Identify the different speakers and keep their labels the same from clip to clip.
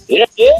Speaker 1: E aí?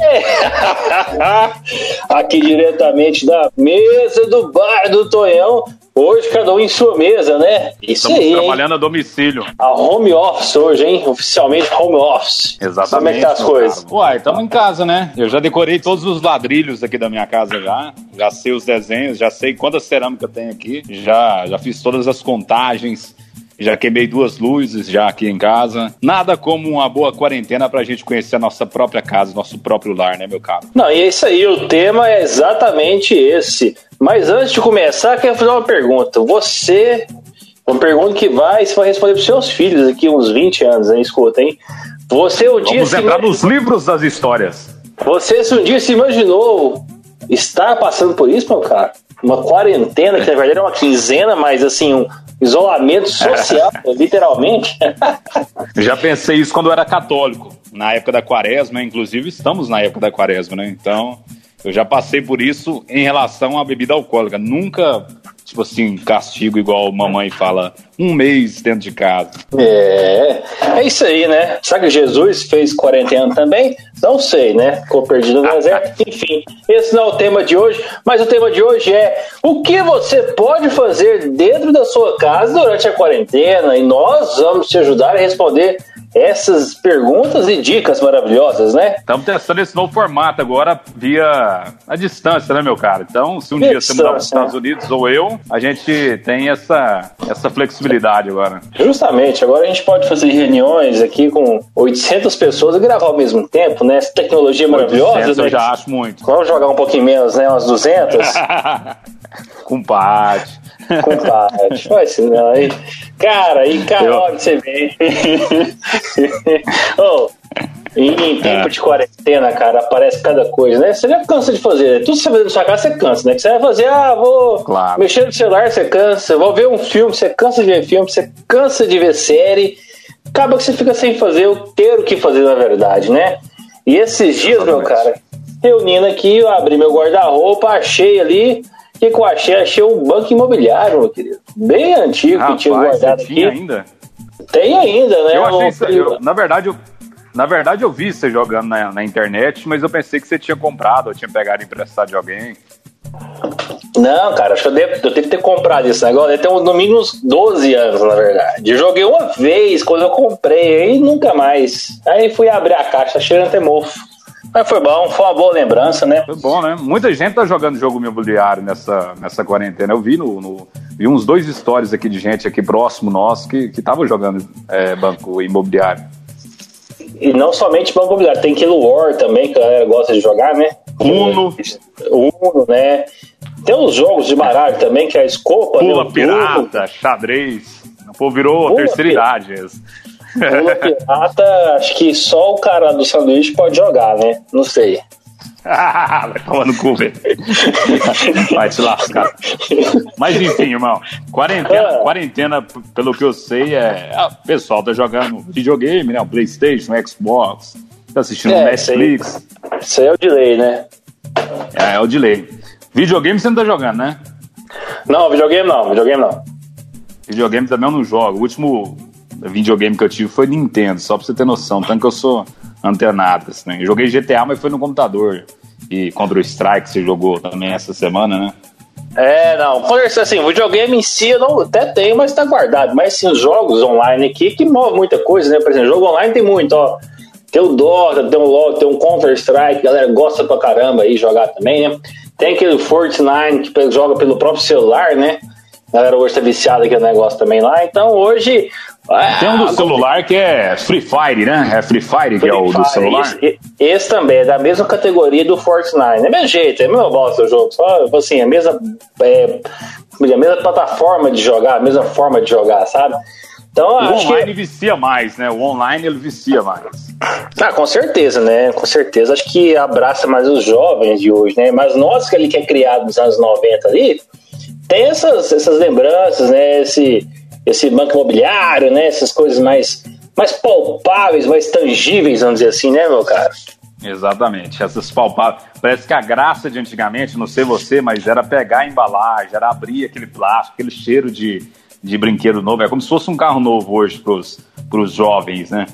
Speaker 1: Aqui diretamente da mesa do bar do Tonhão. Hoje cada um em sua mesa, né? Isso
Speaker 2: Estamos
Speaker 1: aí,
Speaker 2: trabalhando a domicílio.
Speaker 1: A home office hoje, hein? Oficialmente home office.
Speaker 2: Exatamente.
Speaker 1: Como é que tá as coisas?
Speaker 2: Uai, estamos em casa, né? Eu já decorei todos os ladrilhos aqui da minha casa já. Já sei os desenhos, já sei quantas cerâmicas tem aqui. Já fiz todas as contagens. Já queimei 2 luzes já aqui em casa. Nada como uma boa quarentena pra gente conhecer a nossa própria casa, nosso próprio lar, né, meu caro?
Speaker 1: Não, e é isso aí, o tema é exatamente esse. Mas antes de começar, quero fazer uma pergunta. Uma pergunta que você vai responder pros seus filhos aqui uns 20 anos, hein? Escuta, hein?
Speaker 2: Vamos entrar nos livros das histórias.
Speaker 1: Você se um dia se imaginou estar passando por isso, meu cara? Uma quarentena, que na verdade é uma quinzena, mas assim, um isolamento social, literalmente.
Speaker 2: Já pensei isso quando eu era católico, na época da quaresma, inclusive estamos na época da quaresma, né? Então, eu já passei por isso em relação à bebida alcoólica. Nunca, tipo assim, castigo igual mamãe fala, 1 mês dentro de casa.
Speaker 1: É isso aí, né? Será que Jesus fez quarentena também? Não sei, né? Ficou perdido no deserto. Enfim, esse não é o tema de hoje, mas o tema de hoje é o que você pode fazer dentro da sua casa durante a quarentena, e nós vamos te ajudar a responder essas perguntas e dicas maravilhosas, né?
Speaker 2: Estamos testando esse novo formato agora via a distância, né, meu cara? Então, se um dia você mudar para os Estados Unidos ou eu, a gente tem essa flexibilidade agora.
Speaker 1: Justamente, agora a gente pode fazer reuniões aqui com 800 pessoas e gravar ao mesmo tempo, né? Essa tecnologia maravilhosa.
Speaker 2: 800 eu já acho muito.
Speaker 1: Vamos jogar um pouquinho menos, né? Umas 200?
Speaker 2: Compadre.
Speaker 1: Vai ser não aí. Cara, olha que você vê. Em tempo de quarentena, cara, aparece cada coisa, né? Você já cansa de fazer. Tudo que você vai fazer na sua casa, você cansa, né? Que você vai fazer, vou mexer no celular, você cansa. Vou ver um filme, você cansa de ver filme, você cansa de ver série. Acaba que você fica sem ter o que fazer, na verdade, né? E esses dias, meu cara, reunindo aqui, eu abri meu guarda-roupa, achei ali. O que eu achei? Achei um banco imobiliário, meu querido. Bem antigo, que tinha guardado aqui.
Speaker 2: Ainda?
Speaker 1: Tem ainda, né?
Speaker 2: Eu achei na verdade, eu vi você jogando na internet, mas eu pensei que você tinha comprado ou tinha pegado emprestado de alguém.
Speaker 1: Não, cara, acho que eu devo ter comprado esse negócio. Deve ter no mínimo uns 12 anos, na verdade. Eu joguei uma vez quando eu comprei, aí nunca mais. Aí fui abrir a caixa, cheirando até mofo. Mas foi bom, foi uma boa lembrança, né?
Speaker 2: Foi bom, né? Muita gente tá jogando jogo imobiliário nessa quarentena. Eu vi vi uns 2 stories aqui de gente aqui próximo nosso que tava jogando banco imobiliário.
Speaker 1: E não somente banco imobiliário, tem Kilo War também, que a galera gosta de jogar, né?
Speaker 2: Uno,
Speaker 1: né? Tem uns jogos de baralho também, que é a Escopa.
Speaker 2: Pula Pirata, xadrez. O povo virou terceira idade.
Speaker 1: Pula Pirata, acho que só o cara do sanduíche pode jogar, né? Não sei.
Speaker 2: Vai tomar no cu, velho. Vai te lascar. Mas enfim, irmão, quarentena, pelo que eu sei, o pessoal tá jogando videogame, né? O PlayStation, o Xbox, tá assistindo Netflix.
Speaker 1: Isso aí é o delay, né?
Speaker 2: É o delay. Videogame você não tá jogando, né?
Speaker 1: Não, videogame não.
Speaker 2: Videogame também eu não jogo. O último videogame que eu tive foi Nintendo, só pra você ter noção, tanto que eu sou antenado, assim, né? Eu joguei GTA, mas foi no computador. E contra o Strike você jogou também essa semana, né?
Speaker 1: Não, assim, o videogame em si eu não, até tenho, mas tá guardado. Mas sim, os jogos online aqui que movem muita coisa, né? Por exemplo, jogo online tem muito, ó. Tem o Dota, tem o LoL, tem o Counter-Strike, a galera gosta pra caramba aí jogar também, né? Tem aquele Fortnite que joga pelo próprio celular, né? A galera hoje tá viciada aqui no negócio também lá. Então hoje...
Speaker 2: Tem um do celular que é Free Fire, né? É Free Fire que é o do celular?
Speaker 1: Esse também é da mesma categoria do Fortnite. É o mesmo jeito, é a mesma bosta do jogo. Só assim, a mesma plataforma de jogar, a mesma forma de jogar, sabe? Então,
Speaker 2: o online vicia mais, né? O online ele vicia mais.
Speaker 1: Com certeza, né? Com certeza. Acho que abraça mais os jovens de hoje, né? Mas nós que é criado nos anos 90 ali, tem essas lembranças, né? Esse banco imobiliário, né? Essas coisas mais palpáveis, mais tangíveis, vamos dizer assim, né, meu cara?
Speaker 2: Exatamente, essas palpáveis. Parece que a graça de antigamente, não sei você, mas era pegar a embalagem, era abrir aquele plástico, aquele cheiro de brinquedo novo. É como se fosse um carro novo hoje pros jovens, né?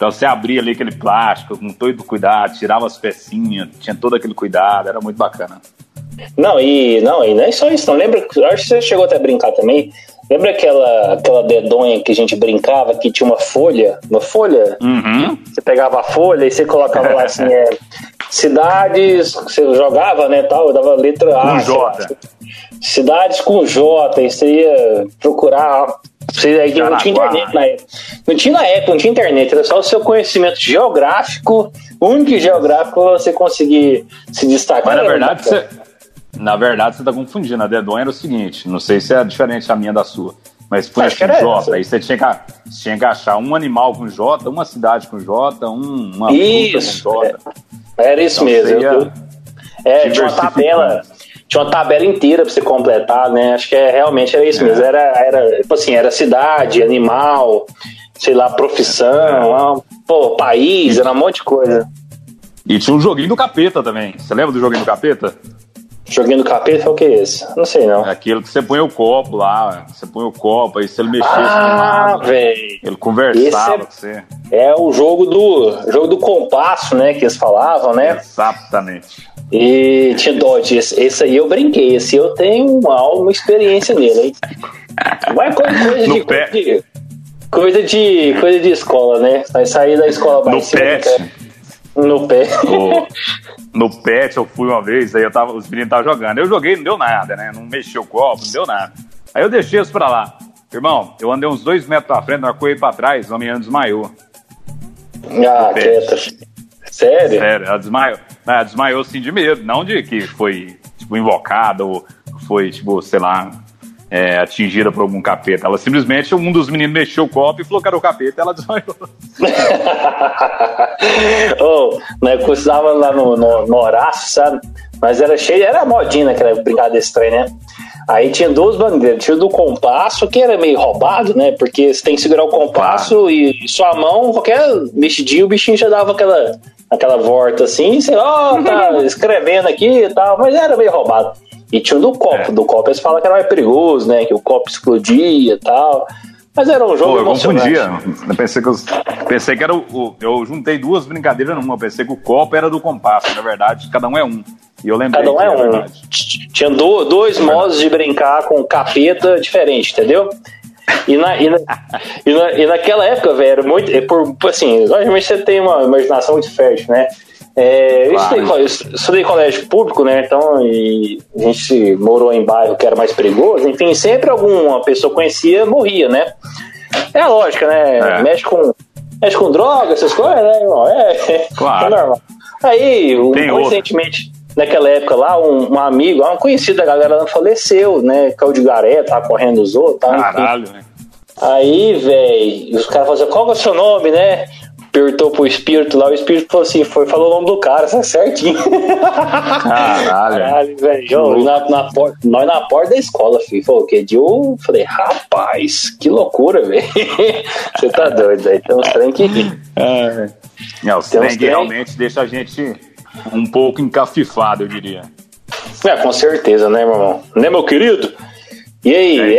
Speaker 2: Então você abria ali aquele plástico com todo cuidado, tirava as pecinhas, tinha todo aquele cuidado, era muito bacana.
Speaker 1: Não é só isso, não. Lembra, acho que você chegou até a brincar também. Lembra aquela dedonha que a gente brincava, que tinha uma folha?
Speaker 2: Uhum.
Speaker 1: Você pegava a folha e você colocava lá assim, cidades, você jogava, né, tal, eu dava letra A.
Speaker 2: Com J.
Speaker 1: Cidades com J, e você ia procurar. Não tinha internet na época. Não tinha internet, era só o seu conhecimento geográfico, único e geográfico, pra você conseguir se destacar.
Speaker 2: Mas na verdade você tá confundindo. A dedonha era o seguinte, não sei se é diferente a minha da sua, mas põe assim J, aí você tinha que achar um animal com J, uma cidade com J, uma
Speaker 1: fruta com J. Era isso então, mesmo. Tinha uma tabela inteira pra você completar, né? Acho que realmente era isso mesmo. Era tipo assim, era cidade, animal, sei lá, profissão, país, era um monte de coisa.
Speaker 2: E tinha um joguinho do capeta também. Você lembra do joguinho do capeta?
Speaker 1: Joguinho do capeta, o que é esse? Não sei não.
Speaker 2: É aquilo que você põe o copo lá, aí se ele mexesse
Speaker 1: velho.
Speaker 2: Ele conversava com você.
Speaker 1: É o jogo do compasso, né, que eles falavam, né?
Speaker 2: Exatamente.
Speaker 1: E tinha Dodge, esse aí eu brinquei, esse eu tenho uma experiência nele, hein? Mas coisa de escola, né? Vai sair da escola
Speaker 2: mais cedo.
Speaker 1: No pé.
Speaker 2: No pet eu fui uma vez, aí os meninos estavam jogando. Eu joguei, não deu nada, né? Não mexeu o copo, não deu nada. Aí eu deixei isso pra lá. Irmão, eu andei uns 2 metros pra frente, na hora que eu ia pra trás, o menino desmaiou.
Speaker 1: Quieta. Sério?
Speaker 2: Sério, ela desmaiou assim de medo, não de que foi, tipo, invocada ou foi, tipo, sei lá, atingida por algum capeta. Ela simplesmente, um dos meninos mexeu o copo e falou que era o capeta e ela desmaiou.
Speaker 1: Né, eu estudava lá no Horácio, sabe? Mas era modinha naquela brincadeira desse trem, né? Aí tinha 2 bandeiras, tinha o do compasso, que era meio roubado, né? Porque você tem que segurar o compasso e sua mão, qualquer mexidinho, o bichinho já dava aquela volta assim, e você, tá escrevendo aqui e tal, mas era meio roubado. E tinha o do copo. Do copo eles falam que era mais perigoso, né? Que o copo explodia e tal. Mas era um jogo emocionante.
Speaker 2: Eu confundia. Eu pensei que era eu juntei 2 brincadeiras numa. Eu pensei que o copo era do compasso. Na verdade, cada um é um. E eu lembrei.
Speaker 1: Cada um é um. Tinha 2 modos de brincar com capeta diferente, entendeu? E naquela época, velho, era muito. Assim, logicamente você tem uma imaginação muito fértil, né? Eu estudei em colégio público, né? Então, e a gente morou em bairro que era mais perigoso. Enfim, sempre alguma pessoa conhecia morria, né? É a lógica, né? Mexe com droga, essas coisas, né, irmão?
Speaker 2: Claro.
Speaker 1: É normal. Aí, recentemente, naquela época lá, um amigo, um conhecido da galera faleceu, né? Caiu de garé, tava correndo os outros.
Speaker 2: Caralho, né?
Speaker 1: Aí, velho, os caras falaram assim, qual que é o seu nome, né? Perguntou pro espírito lá, o espírito falou assim, falou o nome do cara, certinho.
Speaker 2: Caralho,
Speaker 1: velho. Nós na porta da escola, filho. Falou, que dia eu falei, rapaz, que loucura, velho. Você tá doido, velho. Tem uns trem que.
Speaker 2: Os trem que realmente deixa a gente um pouco encafifado, eu diria.
Speaker 1: Com certeza, né, meu irmão? Né, meu querido? E aí,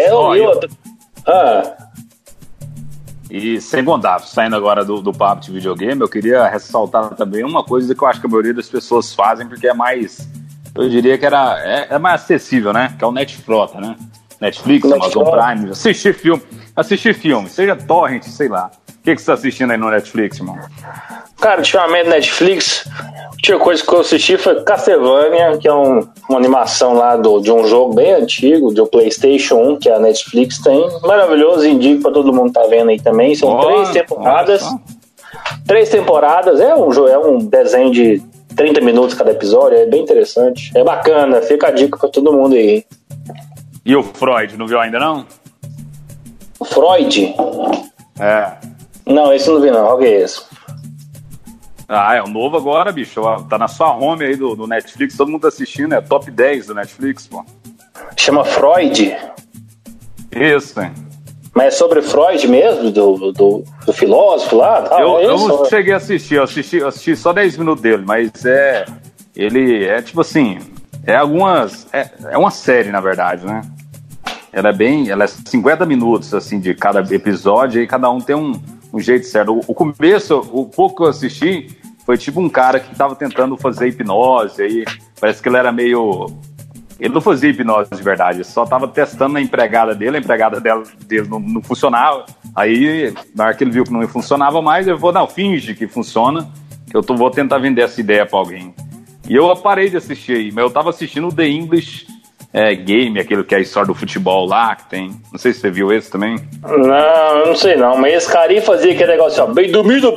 Speaker 2: E sem contar, saindo agora do papo de videogame, eu queria ressaltar também uma coisa que eu acho que a maioria das pessoas fazem, porque é mais, eu diria que é mais acessível, né? Que é o Netflix, né? Netflix, Amazon Prime, assistir filme, seja torrent, sei lá. O que você tá assistindo aí no Netflix, irmão?
Speaker 1: Cara, ultimamente Netflix, a última coisa que eu assisti foi Castlevania, que é uma animação lá de um jogo bem antigo, do PlayStation 1, que a Netflix tem. Maravilhoso, indico pra todo mundo tá vendo aí também. São 3 temporadas. 3 temporadas, é um desenho de 30 minutos cada episódio, é bem interessante. É bacana, fica a dica pra todo mundo aí.
Speaker 2: E o Freud, não viu ainda não?
Speaker 1: O Freud? Não, esse eu não vi não, qual que é esse?
Speaker 2: É o novo agora, bicho. Tá na sua home aí do Netflix, todo mundo tá assistindo, é top 10 do Netflix, pô.
Speaker 1: Chama Freud?
Speaker 2: Isso, né?
Speaker 1: Mas é sobre Freud mesmo, do filósofo lá?
Speaker 2: Eu não cheguei a assistir, eu assisti só 10 minutos dele, mas ele é tipo assim, é uma série, na verdade, né? Ela é 50 minutos, assim, de cada episódio, e cada um tem um um jeito certo. O começo, o pouco que eu assisti, foi tipo um cara que tava tentando fazer hipnose, aí parece que ele era meio... Ele não fazia hipnose de verdade, ele só tava testando a empregada dele, a empregada dele não funcionava. Aí, na hora que ele viu que não funcionava mais, ele falou, não, finge que funciona, que eu vou tentar vender essa ideia pra alguém. E eu parei de assistir aí, mas eu tava assistindo o The English Game, aquele que é a história do futebol lá, que tem... Não sei se você viu esse também.
Speaker 1: Não, eu não sei não, mas esse carinha fazia aquele negócio, ó, bem dormido.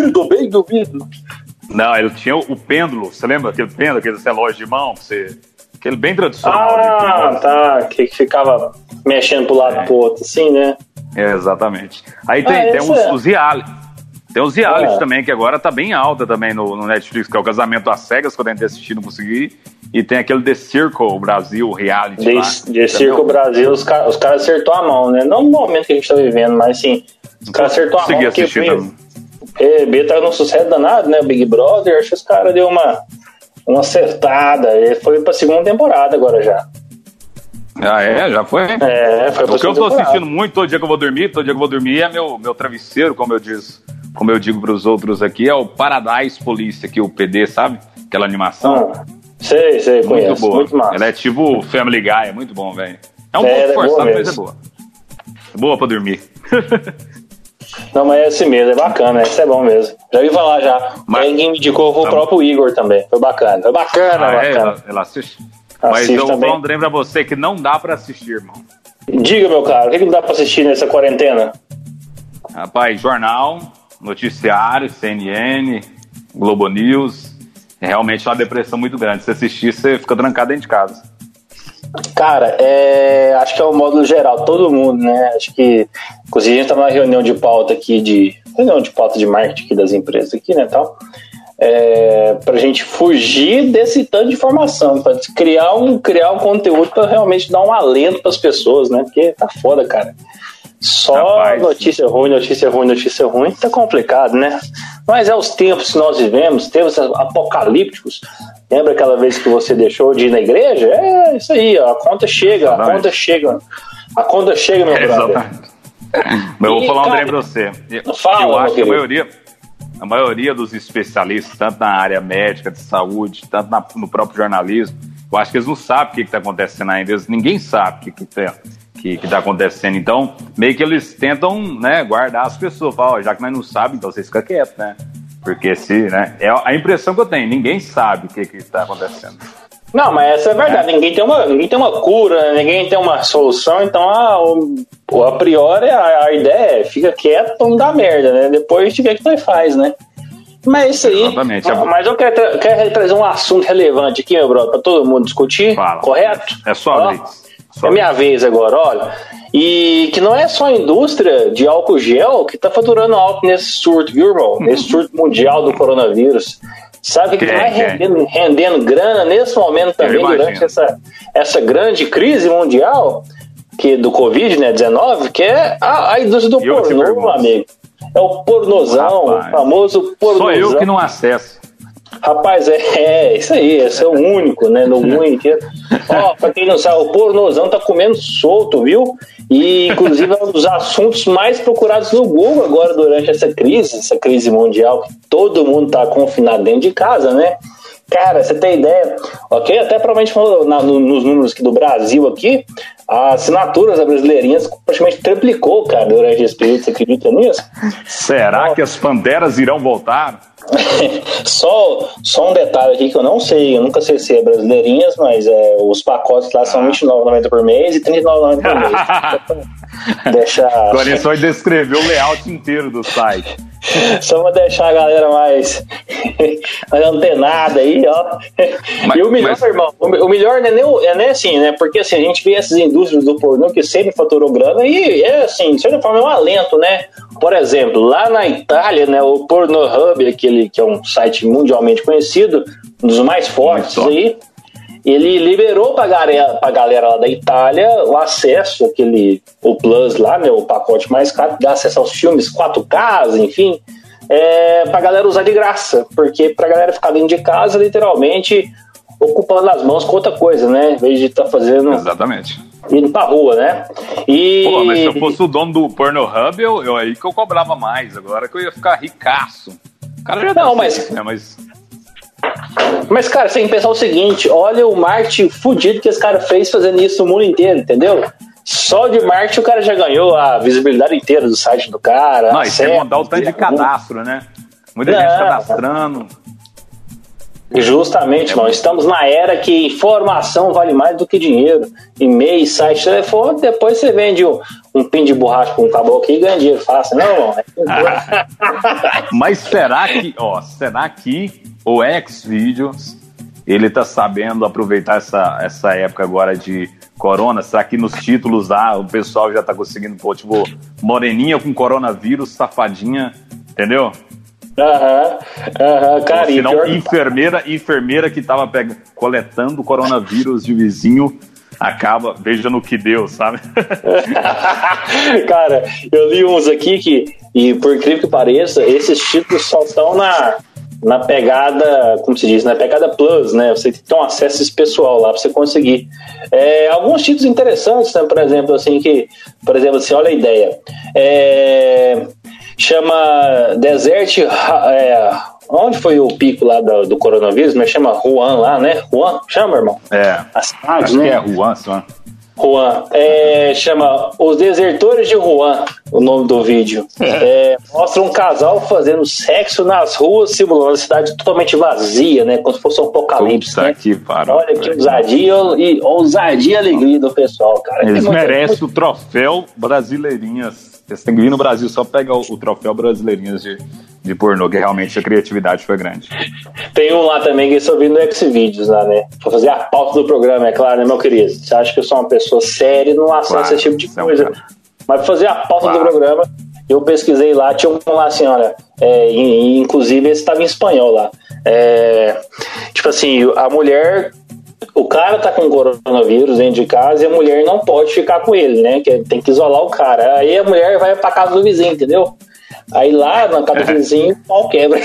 Speaker 2: Não, ele tinha o pêndulo, você lembra aquele pêndulo, aquele relógio de mão, você... Aquele bem tradicional.
Speaker 1: Ah, tá, que ficava mexendo pro lado pro outro, assim, né?
Speaker 2: Exatamente. Aí tem os reality. Tem os reality também, que agora tá bem alta também no Netflix, que é o Casamento às Cegas, que eu tentei assistir, não consegui. E tem aquele The Circle Brasil, reality
Speaker 1: The Circle Brasil, os caras acertou a mão, né? Não no momento que a gente tá vivendo, mas assim, os caras acertou a mão. Consegui assistir também. B tá num sucesso danado, né? Big Brother, acho que os caras deu uma acertada. Ele foi pra segunda temporada agora já.
Speaker 2: Ah, já foi?
Speaker 1: Foi pra
Speaker 2: o que eu tô assistindo muito, todo dia que eu vou dormir é meu travesseiro, como eu digo pros outros aqui, é o Paradise Police, aqui, o PD, sabe? Aquela animação.
Speaker 1: Sei,
Speaker 2: muito
Speaker 1: conheço.
Speaker 2: Boa.
Speaker 1: Muito massa.
Speaker 2: Ela é tipo Family Guy, é muito bom, velho. É um pouco forçado, mas é boa. É boa pra dormir.
Speaker 1: Não, mas é assim mesmo, é bacana, esse é bom mesmo. Já ouvi falar já. Quem me indicou foi o próprio Igor também. Foi bacana.
Speaker 2: Ela assiste. Mas eu vou falar um trem pra você que não dá pra assistir, irmão.
Speaker 1: Diga, meu cara, o que não dá pra assistir nessa quarentena?
Speaker 2: Rapaz, jornal, noticiário, CNN, Globo News. É realmente uma depressão muito grande. Se assistir, você fica trancado dentro de casa.
Speaker 1: Cara, acho que é o modo geral, todo mundo, né? Acho que, inclusive, a gente tá numa reunião de pauta aqui, reunião de pauta de marketing aqui das empresas aqui, né, tal. Pra gente fugir desse tanto de informação, pra criar um conteúdo pra realmente dar um alento pras pessoas, né? Porque tá foda, cara. Só notícia ruim, tá complicado, né? Mas é os tempos que nós vivemos, tempos apocalípticos. Lembra aquela vez que você deixou de ir na igreja? É isso aí, ó, a conta chega, meu brother.
Speaker 2: Mas eu vou falar um trem pra você. Eu acho que a maioria dos especialistas, tanto na área médica, de saúde, tanto no próprio jornalismo, eu acho que eles não sabem o que está acontecendo ainda. Ninguém sabe o que está acontecendo. Então, meio que eles tentam, né, guardar as pessoas. Falam, já que nós não sabemos, então vocês ficam quietos, né? Porque né, é a impressão que eu tenho. Ninguém sabe o que está acontecendo.
Speaker 1: Não, mas essa é a verdade. Ninguém tem uma cura, ninguém tem uma solução. Então, a priori, a ideia é fica quieto pra não dar merda, né? Depois a gente vê o que nós faz, né? Mas é isso aí.
Speaker 2: Exatamente.
Speaker 1: Mas eu quero trazer um assunto relevante aqui, meu brother, pra todo mundo discutir.
Speaker 2: Fala.
Speaker 1: Correto?
Speaker 2: É só vez.
Speaker 1: É minha vez agora, olha. E que não é só a indústria de álcool gel que tá faturando álcool nesse surto, viu, irmão? Nesse surto mundial do coronavírus. Sabe o que vai rendendo grana nesse momento também, durante essa grande crise mundial do Covid, né, 19, que é a indústria do pornô, meu amigo. É o pornozão, o famoso pornozão.
Speaker 2: Só eu que não acesso.
Speaker 1: Rapaz, isso aí, esse é o único, né, no mundo inteiro. Ó, pra quem não sabe, o pornozão tá comendo solto, viu? E, inclusive, é um dos assuntos mais procurados no Google agora durante essa crise mundial, que todo mundo tá confinado dentro de casa, né? Cara, você tem ideia, ok? Até provavelmente nos números aqui do Brasil aqui, as assinaturas da Brasileirinhas praticamente triplicou, cara, durante esse período. Você acredita nisso?
Speaker 2: Será que as Panteras irão voltar?
Speaker 1: Só um detalhe aqui que eu não sei, eu nunca acessei a Brasileirinhas, mas os pacotes lá são R$29,90 por mês e R$39,90 por mês.
Speaker 2: Agora ele só descreveu o layout inteiro do site.
Speaker 1: Só vou deixar a galera mais antenada aí, ó. E o melhor, irmão, o melhor não é nem assim, né? Porque assim, a gente vê essas indústrias do pornô que sempre faturou grana e assim, de certa forma é um alento, né? Por exemplo, lá na Itália, né, o Pornhub, aquele que é um site mundialmente conhecido, um dos mais fortes aí, ele liberou pra galera lá da Itália o acesso, o Plus lá, né, o pacote mais caro, dá acesso aos filmes 4K, enfim, pra galera usar de graça, porque pra galera ficar dentro de casa, literalmente, ocupando as mãos com outra coisa, né, em vez de estar fazendo...
Speaker 2: Exatamente.
Speaker 1: indo pra rua, né?
Speaker 2: Pô, mas se eu fosse o dono do Pornhub, eu aí que eu cobrava mais. Agora que eu ia ficar ricaço. O cara já
Speaker 1: não, mas...
Speaker 2: isso, né?
Speaker 1: Mas, cara, você tem que pensar o seguinte: olha o marketing fudido que esse cara fez fazendo isso no mundo inteiro, entendeu? Só de marketing o cara já ganhou a visibilidade inteira do site do cara.
Speaker 2: Não, e sem contar o tanto de cadastro, né? Muita gente cadastrando.
Speaker 1: Justamente, irmão. Estamos na era que informação vale mais do que dinheiro. E-mail, site, telefone, depois você vende um pin de borracha com um caboclo aqui e ganha dinheiro fácil. Não, irmão.
Speaker 2: Mas será que o Xvideos, ele tá sabendo aproveitar essa época agora de corona? Será que nos títulos lá o pessoal já tá conseguindo pôr, tipo, moreninha com coronavírus, safadinha, entendeu?
Speaker 1: Cara,
Speaker 2: se não, enfermeira que tava coletando o coronavírus de vizinho, acaba, veja no que deu, sabe?
Speaker 1: Cara, eu li uns aqui e por incrível que pareça, esses títulos só estão na pegada, como se diz, na pegada plus, né? Você tem que ter um acesso pessoal lá pra você conseguir. Alguns títulos interessantes, né? Por exemplo, assim, olha a ideia. Chama Desert. Onde foi o pico lá do coronavírus? Mas chama Wuhan lá, né? Wuhan? Chama, irmão?
Speaker 2: A cidade, acho, né? Que é Wuhan, só.
Speaker 1: Wuhan. Chama Os Desertores de Wuhan, o nome do vídeo. Mostra um casal fazendo sexo nas ruas, simulando a cidade totalmente vazia, né? Como se fosse um apocalipse. Né? Olha que ousadia e alegria do pessoal, cara.
Speaker 2: Eles merecem o troféu Brasileirinhas. Vocês têm que vir no Brasil só pegar o troféu Brasileirinhas de pornô, que realmente a criatividade foi grande.
Speaker 1: Tem um lá também que eu vi no Xvideos lá, né? Pra fazer a pauta do programa, é claro, né, meu querido? Você acha que eu sou uma pessoa séria e não acesso esse tipo de coisa. Mas pra fazer a pauta do programa, eu pesquisei lá, tinha um lá assim, olha, inclusive esse estava em espanhol lá. Tipo assim, a mulher... O cara tá com coronavírus dentro de casa e a mulher não pode ficar com ele, né? Tem que isolar o cara. Aí a mulher vai pra casa do vizinho, entendeu? Aí lá na casa do vizinho, o pau quebra.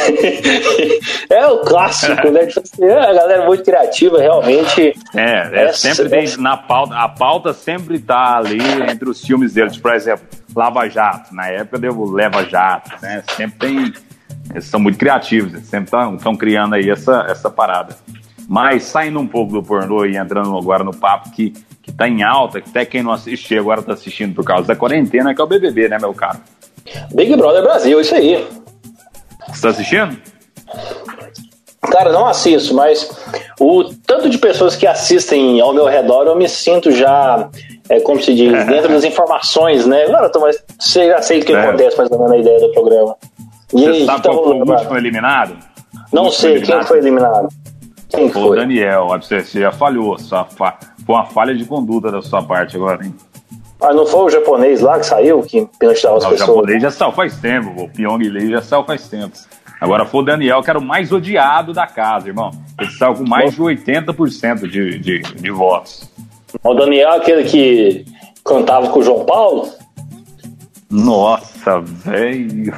Speaker 1: É o clássico, né? A galera é muito criativa, realmente.
Speaker 2: Sempre tem na pauta. A pauta sempre tá ali entre os filmes deles. Por exemplo, Lava Jato. Na época deu Leva Jato, né? Sempre tem. Eles são muito criativos, eles sempre estão criando aí essa parada. Mas saindo um pouco do pornô e entrando agora no papo que tá em alta, que até quem não assistiu agora tá assistindo por causa da quarentena, que é o BBB, né, meu caro?
Speaker 1: Big Brother Brasil, isso aí.
Speaker 2: Você tá assistindo?
Speaker 1: Cara, não assisto, mas o tanto de pessoas que assistem ao meu redor, eu me sinto já, como se diz, dentro das informações, né? Agora, mas você já sei o que acontece mais ou menos na ideia do programa.
Speaker 2: Você sabe qual foi o último eliminado?
Speaker 1: Não sei, quem foi eliminado? Quem foi?
Speaker 2: O Daniel, você já falhou, foi uma falha de conduta da sua parte agora, hein?
Speaker 1: Ah, não foi o japonês lá que saiu, que penalizava as pessoas?
Speaker 2: O japonês já saiu faz tempo, o Pyong Lee já saiu faz tempo. Agora foi o Daniel, que era o mais odiado da casa, irmão. Ele saiu com mais de 80% de votos.
Speaker 1: O Daniel, aquele que cantava com o João Paulo?
Speaker 2: Nossa, velho.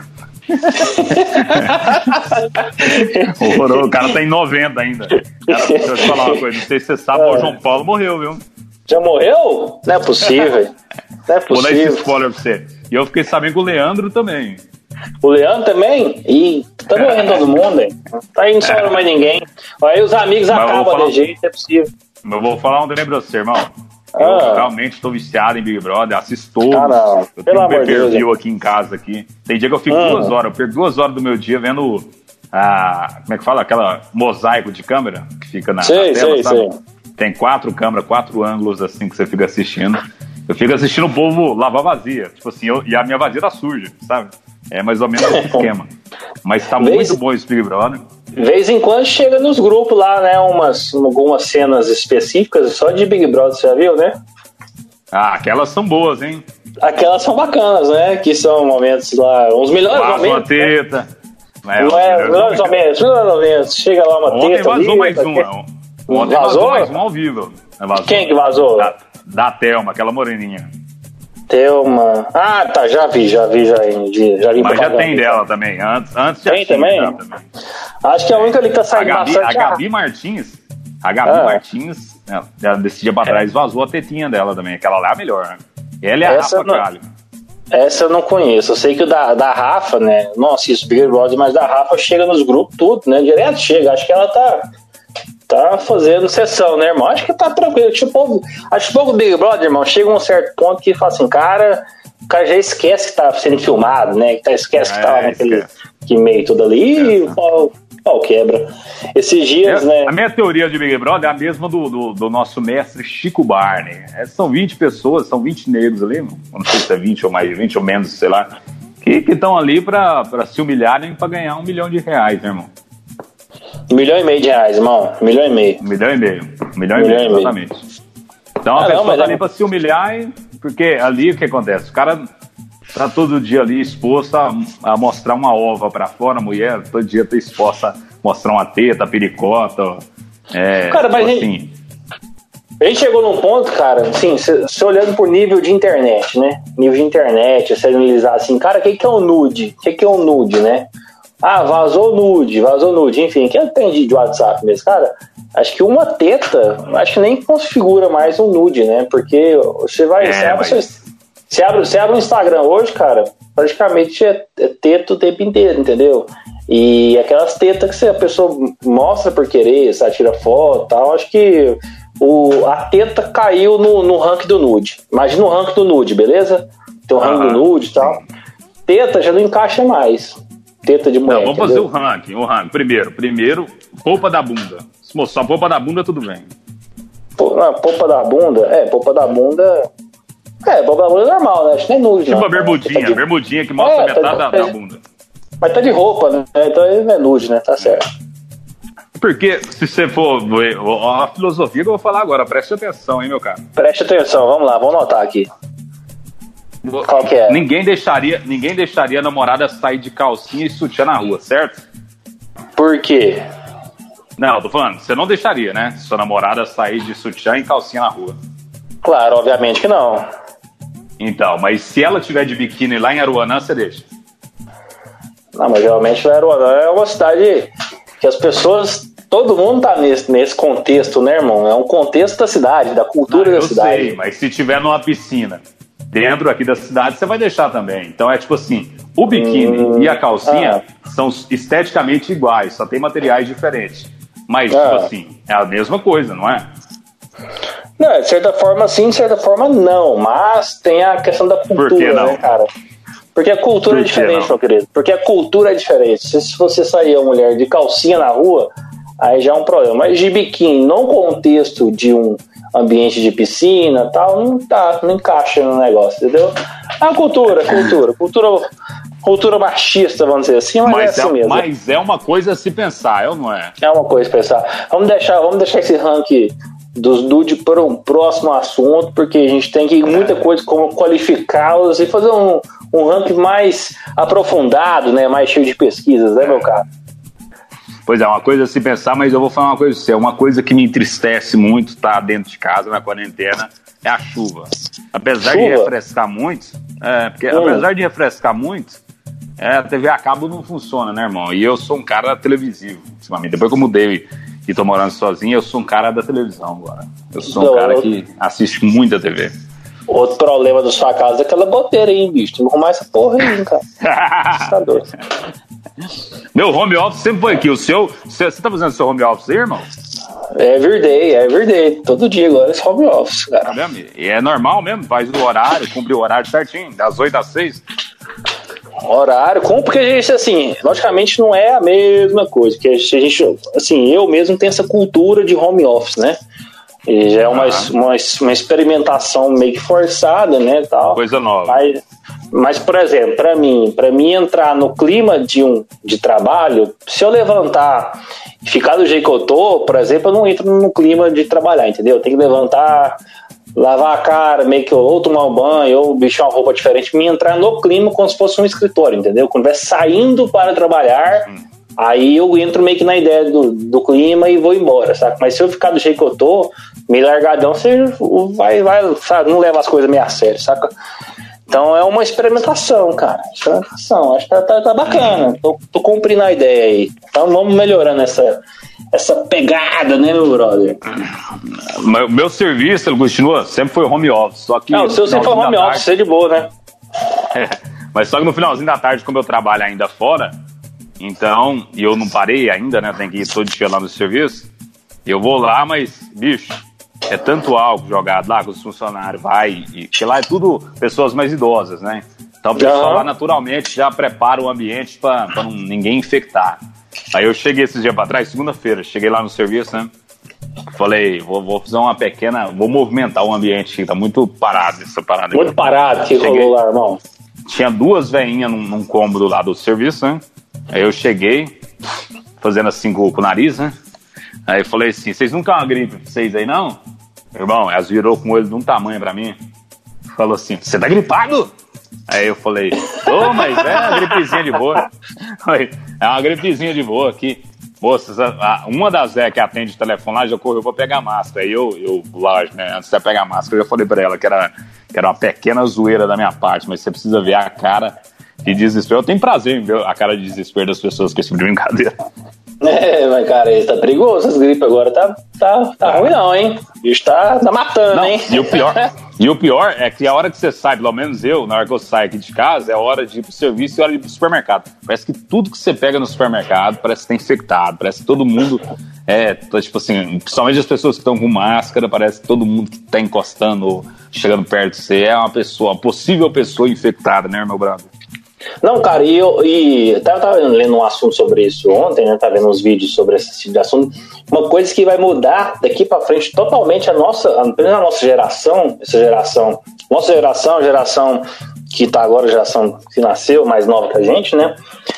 Speaker 2: O cara tá em 90 ainda. Cara, deixa eu te falar uma coisa, não sei se você sabe, o João Paulo morreu, viu?
Speaker 1: Já morreu? Não é possível. Não é possível.
Speaker 2: Vou dar esse spoiler pra você. E eu fiquei sabendo com o Leandro também.
Speaker 1: O Leandro também? Ih, tá morrendo todo mundo, hein? Tá aí, não sobra mais ninguém. Aí os amigos acabam de jeito, é possível.
Speaker 2: Mas eu vou falar um trem pra você, irmão. Eu realmente tô viciado em Big Brother, assisto todos. Eu tenho um pay-per-view aqui em casa. Aqui. Tem dia que eu fico 2 horas, eu perco 2 horas do meu dia vendo como é que fala? Aquela mosaico de câmera que fica na tela, sabe? Tem 4 câmeras, 4 ângulos assim que você fica assistindo. Eu fico assistindo o povo lavar vazia. Tipo assim, e a minha vazia tá suja, sabe? É mais ou menos esse esquema. Mas tá muito bom esse Big Brother.
Speaker 1: De vez em quando chega nos grupos lá, né? Algumas cenas específicas só de Big Brother, você já viu, né?
Speaker 2: Ah, aquelas são boas, hein?
Speaker 1: Aquelas são bacanas, né? Que são momentos lá, uns melhores momentos.
Speaker 2: Uma teta.
Speaker 1: Né? Melhores momentos. Chega lá uma
Speaker 2: ontem
Speaker 1: teta.
Speaker 2: Ontem vazou mais um. Ontem vazou mais um ao vivo.
Speaker 1: Quem que vazou?
Speaker 2: Da Thelma, aquela moreninha.
Speaker 1: Thelma. Ah, tá, já vi.
Speaker 2: Mas já tem dela também. Antes já
Speaker 1: tem também? Acho que é a única ali que tá saindo bastante.
Speaker 2: A Gabi Martins. A Gabi Martins, Ela desse dia pra trás vazou a tetinha dela também. Aquela lá é a melhor, né? Ela é a Rafa Kalimann.
Speaker 1: Essa eu não conheço. Eu sei que o da Rafa, né? Não assisto Big Brother, mas da Rafa chega nos grupos tudo, né? Direto chega. Acho que ela tá fazendo sessão, né, irmão? Acho que tá tranquilo. Acho que o Big Brother, irmão, chega a um certo ponto que fala assim, cara, o cara já esquece que tá sendo filmado, né? Esquece que tá lá naquele que meio tudo ali e o pau quebra. Esses dias, né?
Speaker 2: A minha teoria de Big Brother é a mesma do nosso mestre Chico Barney. São 20 pessoas, são 20 negros ali, não sei se é 20 ou mais, 20 ou menos, sei lá, que estão ali pra se humilharem pra ganhar R$1 milhão, né, irmão?
Speaker 1: R$1,5 milhão de reais, irmão. R$1,5 milhão.
Speaker 2: R$1,5 milhão, exatamente. Então a pessoa tá ali pra se humilhar, porque ali o que acontece? O cara tá todo dia ali exposto a mostrar uma ova pra fora, a mulher todo dia tá exposta a mostrar uma teta, pericota.
Speaker 1: Cara, mas assim, a gente chegou num ponto, cara, assim, você olhando por nível de internet, né? Nível de internet, você analisar assim, cara, o que é um nude? O que é um nude, né? Ah, vazou nude, enfim, que tem de WhatsApp mesmo, cara. Acho que uma teta, acho que nem configura mais um nude, né? Porque você vai. Você abre o Instagram hoje, cara, praticamente é teta o tempo inteiro, entendeu? E aquelas tetas que a pessoa mostra por querer, sabe, tira foto e tal, acho que a teta caiu no ranking do nude. Imagina o ranking do nude, beleza? Tem o ranking do nude e tal. Teta já não encaixa mais. Teta de mulher.
Speaker 2: Não, vamos fazer o ranking. Primeiro, polpa da bunda. Se mostrar a polpa da bunda, tudo bem.
Speaker 1: Polpa da bunda? Polpa da bunda é normal, né? Acho que não é nude,
Speaker 2: tipo uma bermudinha que mostra metade da bunda.
Speaker 1: Mas tá de roupa, né? Então não é nude, né? Tá certo.
Speaker 2: Porque, se você for ver a filosofia que eu vou falar agora, preste atenção, hein, meu cara?
Speaker 1: Preste atenção, vamos lá, vamos anotar aqui. Qual que é?
Speaker 2: Ninguém deixaria a namorada sair de calcinha e sutiã na rua, certo?
Speaker 1: Por quê?
Speaker 2: Não, tô falando, você não deixaria, né? Sua namorada sair de sutiã e calcinha na rua.
Speaker 1: Claro, obviamente que não.
Speaker 2: Então, mas se ela tiver de biquíni lá em Aruanã, você deixa?
Speaker 1: Não, mas realmente Aruanã é uma cidade que as pessoas... Todo mundo tá nesse contexto, né, irmão? É um contexto da cidade, da cultura da cidade.
Speaker 2: Eu sei, mas se tiver numa piscina dentro aqui da cidade, você vai deixar também. Então é tipo assim, o biquíni e a calcinha são esteticamente iguais, só tem materiais diferentes. Mas, tipo assim, é a mesma coisa, não é?
Speaker 1: Não, de certa forma sim, de certa forma não. Mas tem a questão da cultura, né, cara? Porque a cultura é diferente, meu querido. Porque a cultura é diferente. Se você sair a mulher de calcinha na rua, aí já é um problema. Mas de biquíni, no contexto de um ambiente de piscina e tal, não encaixa no negócio, entendeu? A cultura machista, vamos dizer assim, mas é assim mesmo.
Speaker 2: Mas é uma coisa a se pensar, não é?
Speaker 1: É uma coisa a pensar. Vamos deixar esse ranking dos nude para um próximo assunto, porque a gente tem que muita coisa como qualificá-los e fazer um ranking mais aprofundado, né? Mais cheio de pesquisas, né, meu cara?
Speaker 2: Pois é, uma coisa a se pensar, mas eu vou falar uma coisa pra você. Uma coisa que me entristece muito, tá dentro de casa, na quarentena, é a chuva. Apesar de refrescar muito, apesar de refrescar muito, a TV a cabo não funciona, né, irmão? E eu sou um cara televisivo, ultimamente. Depois que eu mudei e tô morando sozinho, eu sou um cara da televisão agora. Eu sou um cara que assiste muita TV.
Speaker 1: Outro problema da sua casa é aquela goteira aí, bicho. Tem que arrumar essa porra aí, cara. Tá doido.
Speaker 2: Meu home office sempre foi aqui. Você tá fazendo seu home office aí, irmão?
Speaker 1: É verdade. Todo dia agora esse home office, cara.
Speaker 2: E é normal mesmo, faz o horário, cumpre o horário certinho, das 8 às 6.
Speaker 1: Horário, porque a gente, assim, logicamente não é a mesma coisa. Que a gente, assim, eu mesmo tenho essa cultura de home office, né? E já é uma experimentação meio que forçada, né, tal.
Speaker 2: Coisa nova.
Speaker 1: Mas, por exemplo, para mim entrar no clima de trabalho, se eu levantar e ficar do jeito que eu tô, por exemplo, eu não entro no clima de trabalhar, entendeu? Eu tenho que levantar, lavar a cara, meio que ou tomar um banho, ou vestir uma roupa diferente, me entrar no clima como se fosse um escritório, entendeu? Quando estiver saindo para trabalhar, aí eu entro meio que na ideia do clima e vou embora, sabe? Mas se eu ficar do jeito que eu tô, meio largadão, você vai, sabe? Não leva as coisas meio a sério, saca? Então é uma experimentação, cara. Acho que tá bacana. Tô cumprindo a ideia aí. Então vamos melhorando essa pegada, né, meu brother?
Speaker 2: Meu serviço, ele continua, sempre foi home office, só que...
Speaker 1: Não, o seu sempre foi home office, você é de boa, né?
Speaker 2: Mas só que no finalzinho da tarde, como eu trabalho ainda fora, então, e eu não parei ainda, né, tem que ir todo dia lá no serviço, eu vou lá, mas, bicho, é tanto álcool jogado lá com os funcionários, porque lá é tudo pessoas mais idosas, né? Então o pessoal lá naturalmente já prepara o ambiente pra ninguém infectar. Aí eu cheguei esses dias pra trás, segunda-feira, cheguei lá no serviço, né? Falei, vou fazer uma pequena, vou movimentar o ambiente, que tá muito parado essa parada.
Speaker 1: Muito parado que rolou lá, irmão.
Speaker 2: Tinha 2 veinhas num cômodo lá do serviço, né? Aí eu cheguei, fazendo assim com o nariz, né? Aí eu falei assim, vocês nunca uma gripe pra vocês aí, não? Irmão, elas virou com o olho de um tamanho pra mim. Falou assim, você tá gripado? Aí eu falei, mas é uma gripezinha de boa. É uma gripezinha de boa aqui. Moças, uma das que atende o telefone lá já correu pra pegar a máscara. Aí eu lógico, né, antes de pegar a máscara, eu já falei pra ela que era uma pequena zoeira da minha parte, mas você precisa ver a cara de desespero. Eu tenho prazer em ver a cara de desespero das pessoas com esse tipo de brincadeira.
Speaker 1: Mas cara, tá perigoso essas gripes agora, tá ruim não, hein? O bicho tá matando, não, hein?
Speaker 2: E o pior é que a hora que você sai, pelo menos eu, na hora que eu saio aqui de casa, é hora de ir pro serviço e hora de ir pro supermercado. Parece que tudo que você pega no supermercado parece que tá infectado, parece que todo mundo tipo assim, principalmente as pessoas que estão com máscara, parece que todo mundo que tá encostando ou chegando perto de você é uma possível pessoa infectada, né, meu brother?
Speaker 1: Não, cara, eu tava lendo um assunto sobre isso ontem, né? Tava vendo uns vídeos sobre esse tipo de assunto. Uma coisa que vai mudar daqui pra frente totalmente a nossa geração, nossa geração que tá agora, a geração que nasceu, mais nova que a gente, né?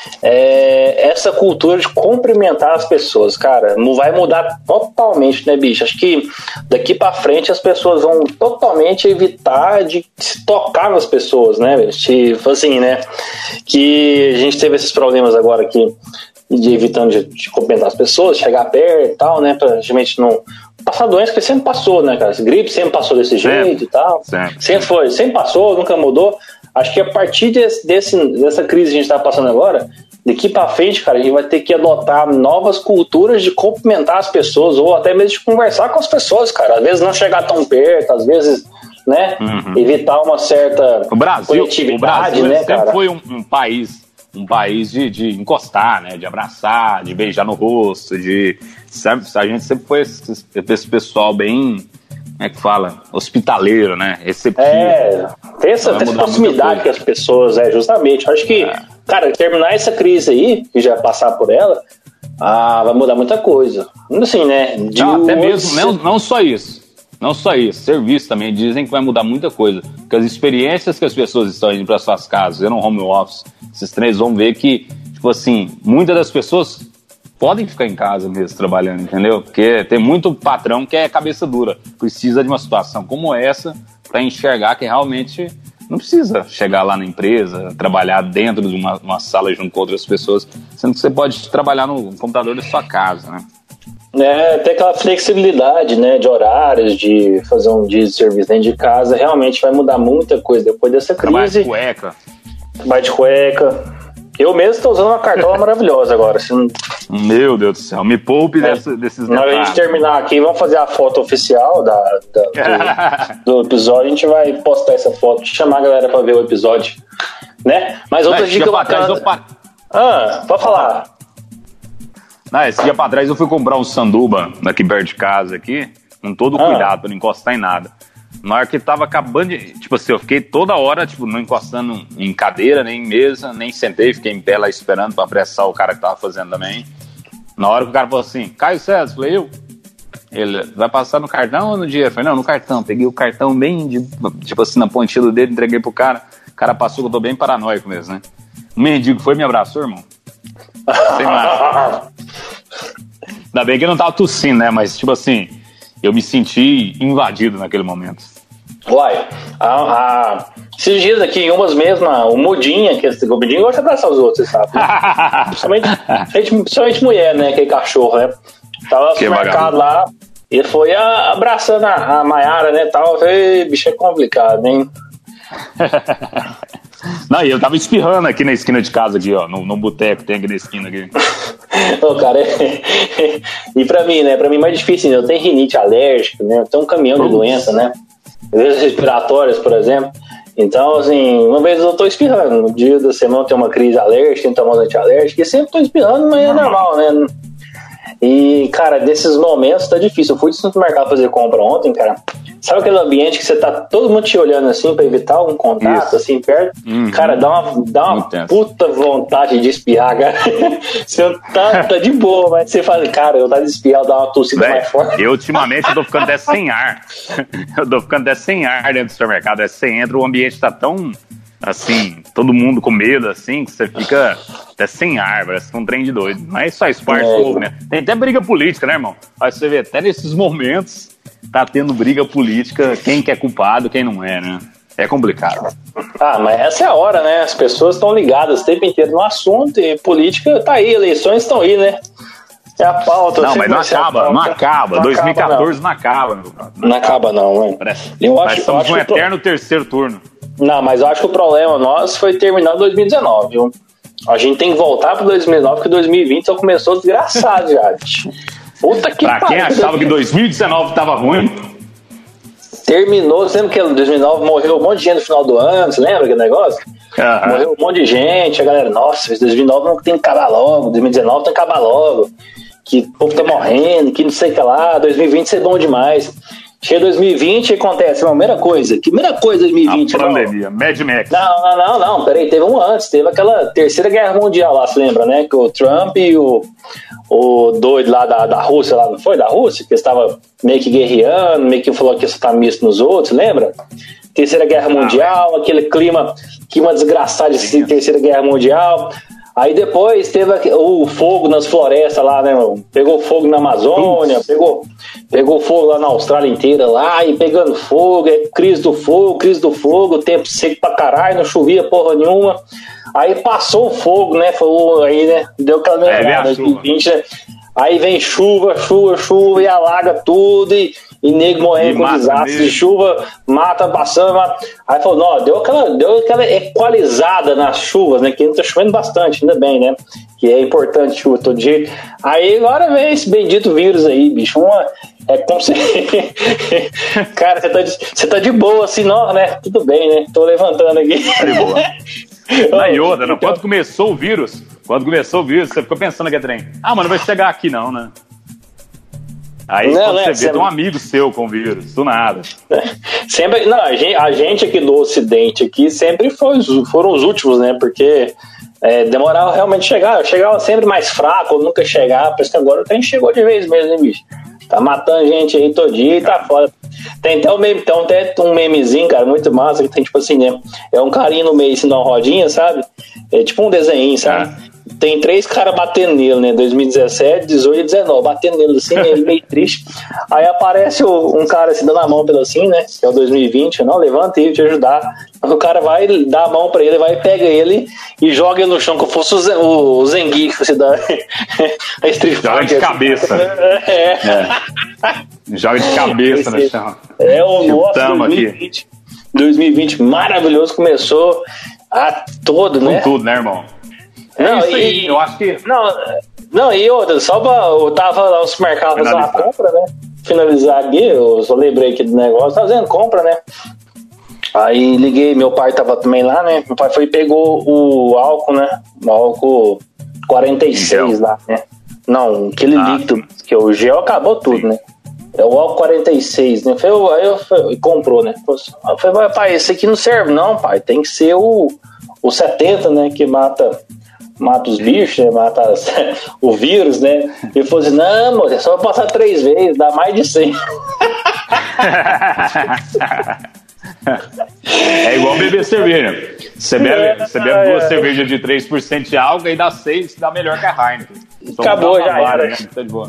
Speaker 1: Essa cultura de cumprimentar as pessoas, cara, não vai mudar totalmente, né, bicho? Acho que daqui pra frente as pessoas vão totalmente evitar de se tocar nas pessoas, né? Tipo assim, né? Que a gente teve esses problemas agora aqui de evitando de cumprimentar as pessoas, chegar perto e tal, né? Pra gente não passar doença, que sempre passou, né, cara? Esse gripe sempre passou desse jeito e tal. Sempre passou, nunca mudou. Acho que a partir dessa crise que a gente tá passando agora, daqui pra frente, cara, a gente vai ter que adotar novas culturas de cumprimentar as pessoas, ou até mesmo de conversar com as pessoas, cara. Às vezes não chegar tão perto, às vezes, né, evitar uma certa coletividade, né, cara?
Speaker 2: Sempre foi um país de encostar, né, de abraçar, de beijar no rosto, a gente sempre foi esse pessoal bem, como é que fala? Hospitaleiro, né? Receptivo.
Speaker 1: Tem essa proximidade com as pessoas, justamente. Acho que, cara, terminar essa crise aí, e já passar por ela, vai mudar muita coisa. Assim, né?
Speaker 2: Até mesmo, não só isso. Não só isso, serviço também, dizem que vai mudar muita coisa. Porque as experiências que as pessoas estão indo para suas casas, no home office, esses três vão ver que, tipo assim, muitas das pessoas podem ficar em casa mesmo trabalhando, entendeu? Porque tem muito patrão que é cabeça dura, precisa de uma situação como essa para enxergar que realmente não precisa chegar lá na empresa, trabalhar dentro de uma sala junto com outras pessoas, sendo que você pode trabalhar no computador da sua casa, né?
Speaker 1: Tem aquela flexibilidade, né, de horários, de fazer um dia de serviço dentro de casa, realmente vai mudar muita coisa depois dessa crise. Trabalho de cueca. Eu mesmo estou usando uma cartola maravilhosa agora. Assim.
Speaker 2: Meu Deus do céu, me poupe desses detalhes.
Speaker 1: Na hora de a gente terminar aqui, vamos fazer a foto oficial do episódio. A gente vai postar essa foto, chamar a galera para ver o episódio, né? Mas outra dica bacana. Pode falar.
Speaker 2: Esse dia pra trás eu fui comprar um sanduba daqui perto de casa aqui, com todo cuidado pra não encostar em nada. Na hora que tava acabando de... Tipo assim, eu fiquei toda hora, tipo, não encostando em cadeira, nem em mesa, nem sentei, fiquei em pé lá esperando pra apressar o cara que tava fazendo também. Na hora que o cara falou assim, Caio César, falei, ele vai passar no cartão ou no dinheiro? Eu falei, não, no cartão. Peguei o cartão bem, tipo assim, na pontinha do dedo, entreguei pro cara. O cara passou, que eu tô bem paranoico mesmo, né? O mendigo foi e me abraçou, irmão. Sem nada. Ainda bem que eu não tava tossindo, né? Mas, tipo assim, eu me senti invadido naquele momento.
Speaker 1: Uai, esses dias aqui, em umas mesmo, o Mudinha, que o Mudinha gosta de abraçar os outros, você sabe? Né? Principalmente mulher, né? Aquele cachorro, né? Tava no mercado lá, e ele foi abraçando a Maiara, né? Tal. Falei, bicho, é complicado, hein?
Speaker 2: Não, e eu tava espirrando aqui na esquina de casa, aqui, ó, no boteco, tem aqui na esquina aqui.
Speaker 1: Ô, cara, e pra mim, né? Pra mim é mais difícil, né? Eu tenho rinite alérgica, né? Eu tenho um caminhão de doença, né? Doenças respiratórias, por exemplo. Então, assim, uma vez eu tô espirrando. No dia da semana eu tenho uma crise alérgica, tenho que tomar um antialérgico, e sempre tô espirrando, mas é normal, né? E, cara, desses momentos tá difícil. Eu fui de supermercado fazer compra ontem, cara. Sabe aquele ambiente que você tá todo mundo te olhando assim pra evitar um contato, assim, perto? Cara, dá uma puta vontade de espirrar, cara. Você tá de boa, mas você fala, cara, eu tava de espirrar, dá uma tossida mais forte.
Speaker 2: Eu, ultimamente, eu tô ficando até sem ar. Eu tô ficando até sem ar dentro do supermercado. Aí você entra, o ambiente tá tão... assim, todo mundo com medo, assim, que você fica até sem ar, parece um trem de doido. Mas faz parte do movimento. Tem até briga política, né, irmão? Aí você vê, até nesses momentos, tá tendo briga política, quem que é culpado, quem não é, né? É complicado.
Speaker 1: Ah, mas essa é a hora, né? As pessoas estão ligadas o tempo inteiro no assunto e política tá aí, eleições estão aí, né? É a pauta.
Speaker 2: Não, mas não acaba. 2014 não acaba, meu cara.
Speaker 1: Não acaba, não, né?
Speaker 2: Nós estamos um eterno terceiro turno.
Speaker 1: Não, mas eu acho que o problema nosso foi terminar em 2019, viu? A gente tem que voltar para 2019, porque 2020 só começou desgraçado já. Puta que pariu.
Speaker 2: Pra quem achava que 2019 tava ruim...
Speaker 1: Terminou, você lembra que em 2019 morreu um monte de gente no final do ano, você lembra aquele negócio? Morreu um monte de gente, a galera, nossa, 2019 não tem que acabar logo, 2019 tem que acabar logo, que o povo tá morrendo, que não sei o que lá, 2020 ser bom demais. Chega 2020 e acontece a primeira coisa 2020.
Speaker 2: A pandemia, Mad Max.
Speaker 1: Não, peraí, teve um antes, teve aquela terceira guerra mundial lá, você lembra, né? Que o Trump e o doido lá da Rússia, lá, não foi? Da Rússia, que estava meio que guerreando, meio que falou que ia soltar misto nos outros, lembra? Terceira guerra mundial, aquele clima desgraçado de terceira guerra mundial. Aí depois teve o fogo nas florestas lá, né, mano? Pegou fogo na Amazônia, pegou fogo lá na Austrália inteira lá, e pegando fogo, crise do fogo, tempo seco pra caralho, não chovia porra nenhuma. Aí passou o fogo, né? Aí, né? Deu aquela melhorada, 2020, né? Aí vem chuva e alaga tudo, e nego morrendo com desastre de chuva, mata passando. Aí falou, não, deu aquela equalizada nas chuvas, né? Que ainda tá chovendo bastante, ainda bem, né? Que é importante chuva todo jeito. Aí agora vem esse bendito vírus aí, bicho. É como se. Cara, você tá de boa assim, não, né? Tudo bem, né? Tô levantando aqui.
Speaker 2: Tá de boa. Na Yoda, não. Quando começou o vírus, você ficou pensando que é trem. Ah, mas não vai chegar aqui não, né? Aí quando você vê, tem um amigo seu com vírus, do nada.
Speaker 1: Sempre, não, a gente aqui do Ocidente aqui sempre foram os últimos, né? Porque demorava realmente chegar. Eu chegava sempre mais fraco, nunca chegava. Parece que agora tem chegou de vez mesmo, hein, bicho? Tá matando gente aí todo dia e tá foda. Tem até um memezinho, cara, muito massa, que tem tipo assim, né? É um carinha no meio, assim, numa rodinha, sabe? É tipo um desenho, sabe? Tem 3 caras batendo nele, né? 2017, 18 e 19, batendo nele assim, ele meio triste. Aí aparece um cara assim, dando a mão pelo assim, né? Que é o 2020, não, levanta aí, te ajudar. O cara vai dar a mão pra ele, vai, pega ele e joga ele no chão, como fosse o Zangief, você dá a Street Fighter.
Speaker 2: Joga de cabeça. Joga de cabeça no chão.
Speaker 1: O nosso 2020 maravilhoso, começou todo, né?
Speaker 2: Com tudo, né, irmão? Eu acho que...
Speaker 1: Não, e outra, eu tava lá no supermercado fazendo uma compra, né? Finalizar aqui, eu só lembrei aqui do negócio, fazendo compra, né? Aí liguei, meu pai tava também lá, né? Meu pai foi e pegou o álcool, né? O álcool 46 lá, né? Não, aquele líquido, que o gel acabou tudo, né? É o álcool 46, né? Aí eu comprou, né? Eu falei, pai, esse aqui não serve não, pai. Tem que ser o 70, né? Que mata os bichos, né? Mata o vírus, né? Ele falou assim, não, moço, é só passar 3 vezes, dá mais de 100.
Speaker 2: É igual beber cerveja. Você bebe 2 cervejas de 3% de álcool e dá 6, dá melhor que a Heineken.
Speaker 1: Acabou, já era.
Speaker 2: Né? Tá de boa.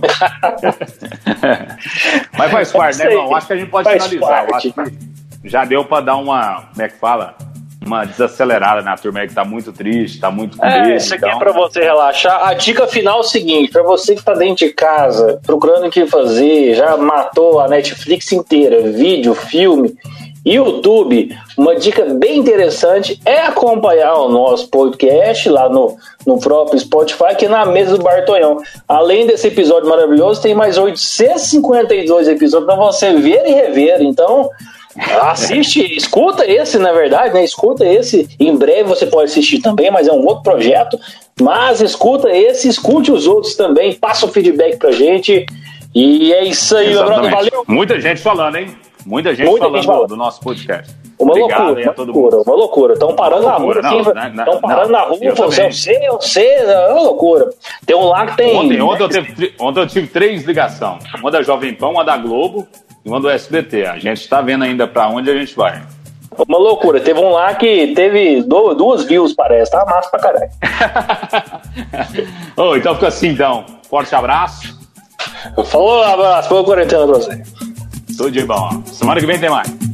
Speaker 2: Mas faz parte, né, irmão? Acho que a gente pode finalizar. Acho que já deu pra dar uma, como é que fala? Uma desacelerada na turma que tá muito triste, tá muito com medo.
Speaker 1: Isso aqui é pra você relaxar. A dica final é o seguinte, pra você que tá dentro de casa, procurando o que fazer, já matou a Netflix inteira, vídeo, filme, YouTube, uma dica bem interessante é acompanhar o nosso podcast lá no próprio Spotify, que é na mesa do Bartonhão. Além desse episódio maravilhoso, tem mais 852 episódios para você ver e rever. Então, assiste, escuta esse, na verdade, né? Escuta esse. Em breve você pode assistir também, mas é um outro projeto. Mas escuta esse, escute os outros também, passa o feedback pra gente. E é isso aí, meu brother. Valeu.
Speaker 2: Muita gente falando, hein? Muita gente falando do nosso podcast.
Speaker 1: Uma loucura. Estão parando na rua. Estão parando na rua. Eu sei, é uma loucura. Tem um lá que tem.
Speaker 2: Ontem eu tive 3 ligações. Uma da Jovem Pan, uma da Globo e uma do SBT. A gente está vendo ainda para onde a gente vai.
Speaker 1: Uma loucura. Teve um lá que teve 2 views, parece. Tá massa pra caralho.
Speaker 2: Então fica assim, então. Forte abraço.
Speaker 1: Falou, abraço. Boa quarentena pra você.
Speaker 2: Tudo de bom. Semana que vem tem mais.